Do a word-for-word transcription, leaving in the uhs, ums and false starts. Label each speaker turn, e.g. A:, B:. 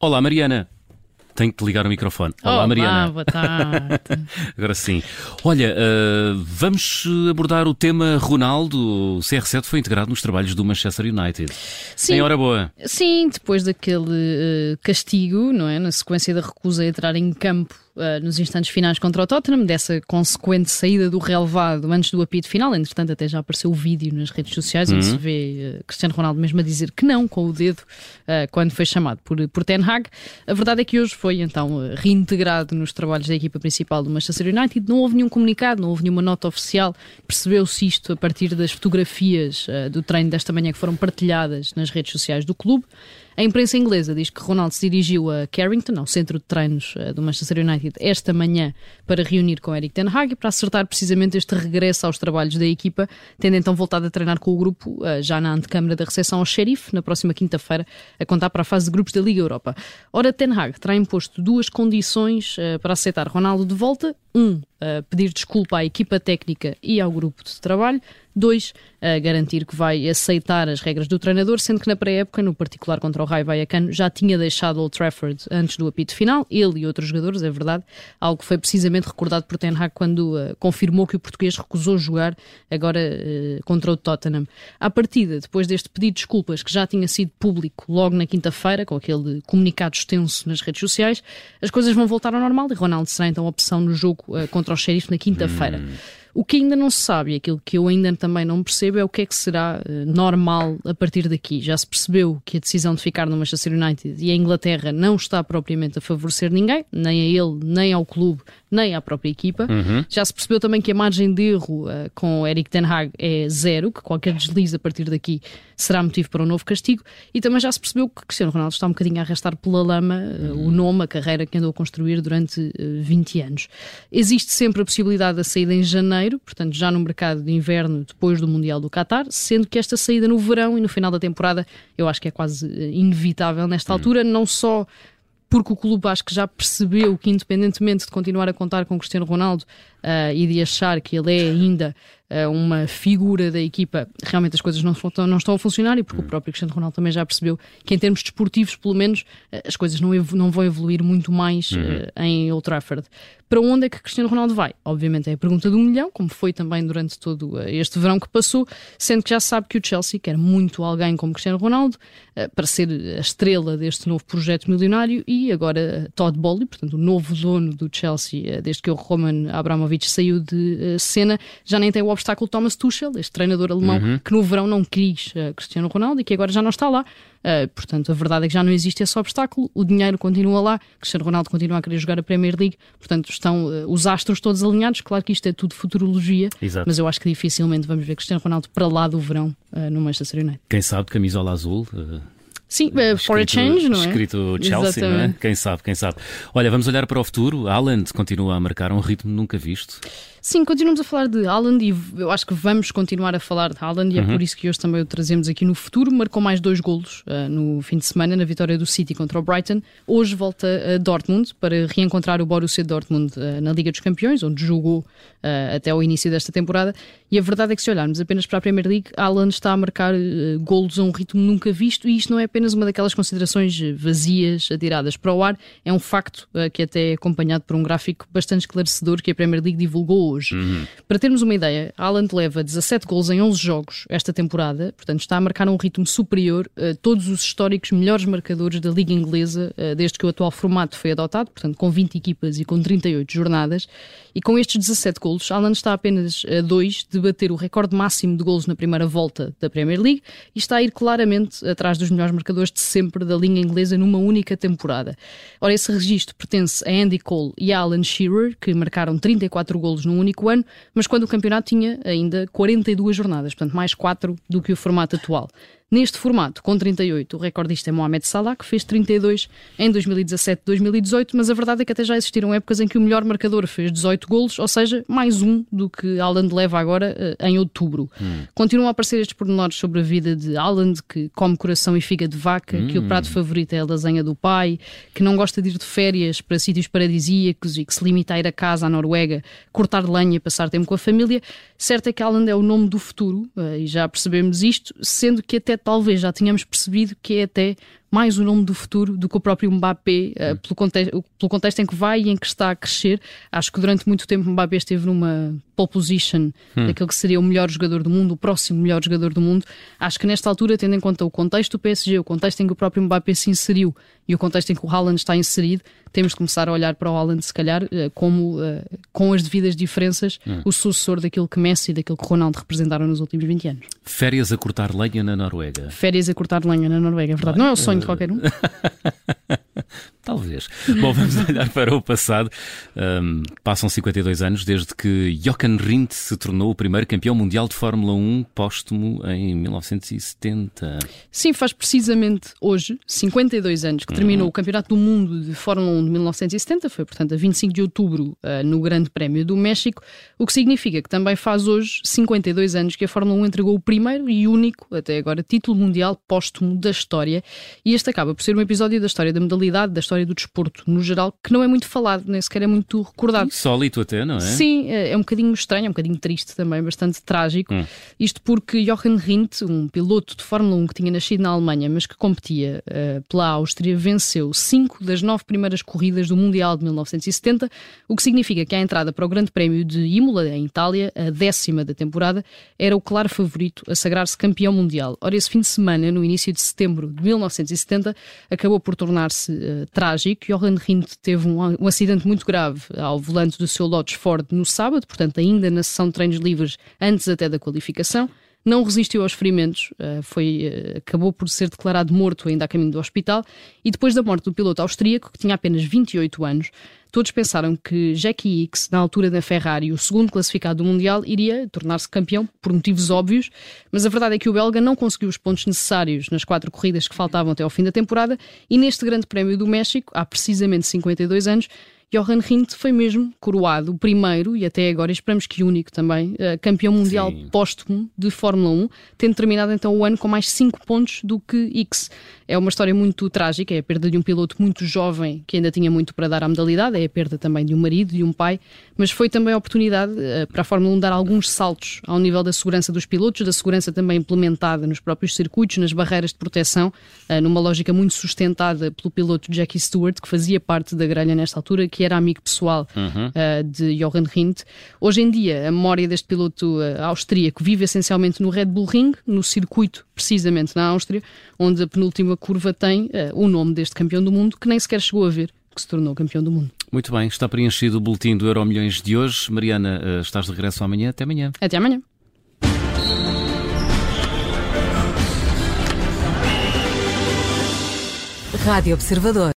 A: Olá, Mariana. Tenho que te ligar o microfone. Olá,
B: Olá,
A: Mariana.
B: Boa tarde.
A: Agora sim. Olha, uh, vamos abordar o tema Ronaldo. O C R sete foi integrado nos trabalhos do Manchester United.
B: Sim,
A: em hora boa.
B: Sim, depois daquele uh, castigo, não é? Na sequência da recusa a entrar em campo uh, nos instantes finais contra o Tottenham, dessa consequente saída do relevado antes do apito final. Entretanto, até já apareceu o vídeo nas redes sociais onde
A: uhum.
B: se vê uh, Cristiano Ronaldo mesmo a dizer que não com o dedo uh, quando foi chamado por, por Ten Hag. A verdade é que hoje foi então uh, reintegrado nos trabalhos da equipa principal do Manchester United. Não houve nenhum comunicado, não houve nenhuma nota oficial. Percebeu-se isto a partir das fotografias uh, do treino desta manhã que foram partilhadas nas redes sociais do clube. A imprensa inglesa diz que Ronaldo se dirigiu a Carrington, ao centro de treinos do Manchester United, esta manhã para reunir com Erik ten Hag e para acertar precisamente este regresso aos trabalhos da equipa, tendo então voltado a treinar com o grupo já na antecâmara da recepção ao Sheriff, na próxima quinta-feira, a contar para a fase de grupos da Liga Europa. Ora, Ten Hag terá imposto duas condições uh, para aceitar Ronaldo de volta. Um, uh, pedir desculpa à equipa técnica e ao grupo de trabalho. Dois, uh, garantir que vai aceitar as regras do treinador, sendo que na pré-época, no particular contra o Rayo Vallecano, já tinha deixado Old Trafford antes do apito final, ele e outros jogadores, é verdade, algo que foi precisamente recordado por Ten Hag quando uh, confirmou que o português recusou jogar agora uh, contra o Tottenham. À partida, depois deste pedido de desculpas que já tinha sido público logo na quinta-feira, com aquele comunicado extenso nas redes sociais, as coisas vão voltar ao normal e Ronaldo será então a opção no jogo uh, contra o Sheriff na quinta-feira. Hum. O que ainda não se sabe, e aquilo que eu ainda também não percebo, é o que é que será uh, normal a partir daqui. Já se percebeu que a decisão de ficar no Manchester United e a Inglaterra não está propriamente a favorecer ninguém, nem a ele, nem ao clube, nem à própria equipa. Uhum. Já se percebeu também que a margem de erro uh, com Erik ten Hag é zero, que qualquer deslize a partir daqui será motivo para um novo castigo, e também já se percebeu que Cristiano Ronaldo está um bocadinho a arrastar pela lama uh, uhum. o nome, a carreira que andou a construir durante uh, vinte anos. Existe sempre a possibilidade da saída em janeiro, portanto já no mercado de inverno depois do Mundial do Qatar, sendo que esta saída no verão e no final da temporada eu acho que é quase inevitável nesta uhum. altura, não só porque o clube acho que já percebeu que, independentemente de continuar a contar com Cristiano Ronaldo uh, e de achar que ele é ainda uh, uma figura da equipa, realmente as coisas não, não estão a funcionar, e porque o próprio Cristiano Ronaldo também já percebeu que em termos desportivos, pelo menos, uh, as coisas não, evo, não vão evoluir muito mais uh, em Old Trafford. Para onde é que Cristiano Ronaldo vai? Obviamente é a pergunta do milhão, como foi também durante todo uh, este verão que passou, sendo que já sabe que o Chelsea quer muito alguém como Cristiano Ronaldo uh, para ser a estrela deste novo projeto milionário, e agora uh, Todd Boehly, portanto o novo dono do Chelsea, uh, desde que o Roman Abramovich saiu de uh, cena, já nem tem o obstáculo Thomas Tuchel, este treinador alemão uhum. que no verão não quis uh, Cristiano Ronaldo e que agora já não está lá. Uh, portanto, a verdade é que já não existe esse obstáculo, o dinheiro continua lá, Cristiano Ronaldo continua a querer jogar a Premier League, portanto estão uh, os astros todos alinhados. Claro que isto é tudo futurologia, Exato. Mas eu acho que dificilmente vamos ver Cristiano Ronaldo para lá do verão uh, no Manchester United.
A: Quem sabe, camisola azul... Uh...
B: Sim, uh, for a change, não é?
A: Escrito Chelsea, Exatamente. Não é? Quem sabe, quem sabe. Olha, vamos olhar para o futuro. Haaland continua a marcar um ritmo nunca visto.
B: Sim, continuamos a falar de Haaland e eu acho que vamos continuar a falar de Haaland e é uhum. por isso que hoje também o trazemos aqui no futuro. Marcou mais dois golos uh, no fim de semana na vitória do City contra o Brighton. Hoje volta a Dortmund para reencontrar o Borussia Dortmund uh, na Liga dos Campeões, onde jogou uh, até ao início desta temporada. E a verdade é que se olharmos apenas para a Premier League, Haaland está a marcar uh, golos a um ritmo nunca visto, e isto não é apenas uma daquelas considerações vazias, atiradas para o ar, é um facto uh, que até é acompanhado por um gráfico bastante esclarecedor que a Premier League divulgou hoje. Uhum. Para termos uma ideia, Haaland leva dezassete golos em onze jogos esta temporada, portanto está a marcar um ritmo superior a todos os históricos melhores marcadores da Liga Inglesa desde que o atual formato foi adotado, portanto com vinte equipas e com trinta e oito jornadas, e com estes dezassete golos, Haaland está apenas a dois de bater o recorde máximo de golos na primeira volta da Premier League e está a ir claramente atrás dos melhores marcadores de sempre da Liga Inglesa numa única temporada. Ora, esse registro pertence a Andy Cole e a Alan Shearer, que marcaram trinta e quatro golos num único ano, mas quando o campeonato tinha ainda quarenta e duas jornadas, portanto mais quatro do que o formato atual. Neste formato, com trinta e oito, o recordista é Mohamed Salah, que fez trinta e dois em dois mil e dezassete dois mil e dezoito, mas a verdade é que até já existiram épocas em que o melhor marcador fez dezoito golos, ou seja, mais um do que Haaland leva agora em outubro. Hum. Continuam a aparecer estes pormenores sobre a vida de Haaland, que come coração e fígado de vaca, hum. que o prato favorito é a lasanha do pai, que não gosta de ir de férias para sítios paradisíacos e que se limita a ir a casa à Noruega, cortar lenha e passar tempo com a família. Certo é que Haaland é o nome do futuro, e já percebemos isto, sendo que até talvez já tínhamos percebido que é até mais o nome do futuro do que o próprio Mbappé, uh, pelo, contexto, pelo contexto em que vai e em que está a crescer. Acho que durante muito tempo Mbappé esteve numa pole position hum. daquele que seria o melhor jogador do mundo, o próximo melhor jogador do mundo. Acho que nesta altura, tendo em conta o contexto do P S G, o contexto em que o próprio Mbappé se inseriu e o contexto em que o Haaland está inserido, temos de começar a olhar para o Haaland, se calhar, como, com as devidas diferenças, hum. o sucessor daquilo que Messi e daquilo que Ronaldo representaram nos últimos vinte anos.
A: Férias a cortar lenha na Noruega.
B: Férias a cortar lenha na Noruega, é verdade. Não é o sonho de qualquer um.
A: Talvez. Bom, vamos olhar para o passado. Um, passam cinquenta e dois anos desde que Jochen Rindt se tornou o primeiro campeão mundial de Fórmula um póstumo em mil novecentos e setenta.
B: Sim, faz precisamente hoje, cinquenta e dois anos, que terminou uhum. o Campeonato do Mundo de Fórmula um de mil novecentos e setenta, foi portanto a vinte e cinco de outubro uh, no Grande Prémio do México, o que significa que também faz hoje cinquenta e dois anos que a Fórmula um entregou o primeiro e único, até agora, título mundial póstumo da história, e este acaba por ser um episódio da história da modalidade, da história do desporto no geral, que não é muito falado, nem sequer é muito recordado.
A: Insólito até, não é?
B: Sim, é um bocadinho estranho, é um bocadinho triste também, bastante trágico. Hum. Isto porque Jochen Rindt, um piloto de Fórmula um que tinha nascido na Alemanha, mas que competia uh, pela Áustria, venceu cinco das nove primeiras corridas do Mundial de mil novecentos e setenta, o que significa que a entrada para o Grande Prémio de Imola, em Itália, a décima da temporada, era o claro favorito a sagrar-se campeão mundial. Ora, esse fim de semana, no início de setembro de mil novecentos e setenta, acabou por tornar-se uh, trágico. Jochen Rindt teve um, um acidente muito grave ao volante do seu Lotus Ford no sábado, portanto ainda na sessão de treinos livres, antes até da qualificação. Não resistiu aos ferimentos, uh, foi, uh, acabou por ser declarado morto ainda a caminho do hospital, e depois da morte do piloto austríaco, que tinha apenas vinte e oito anos, todos pensaram que Jackie Ickx, na altura da Ferrari, o segundo classificado do Mundial, iria tornar-se campeão por motivos óbvios, mas a verdade é que o belga não conseguiu os pontos necessários nas quatro corridas que faltavam até ao fim da temporada, e neste Grande Prémio do México, há precisamente cinquenta e dois anos, Jochen Rindt foi mesmo coroado o primeiro, e até agora esperamos que único também, uh, campeão mundial Sim. póstumo de Fórmula um, tendo terminado então o ano com mais cinco pontos do que Ickx. É uma história muito trágica, é a perda de um piloto muito jovem que ainda tinha muito para dar à modalidade, é a perda também de um marido, de um pai, mas foi também a oportunidade uh, para a Fórmula um dar alguns saltos ao nível da segurança dos pilotos, da segurança também implementada nos próprios circuitos, nas barreiras de proteção, uh, numa lógica muito sustentada pelo piloto Jackie Stewart, que fazia parte da grelha nesta altura, que era amigo pessoal uhum. uh, de Jochen Rindt. Hoje em dia, a memória deste piloto uh, austríaco vive essencialmente no Red Bull Ring, no circuito, precisamente na Áustria, onde a penúltima curva tem uh, o nome deste campeão do mundo, que nem sequer chegou a ver que se tornou campeão do mundo.
A: Muito bem, está preenchido o boletim do Euromilhões de hoje. Mariana, uh, estás de regresso amanhã. Até amanhã.
B: Até amanhã.
C: Rádio Observador.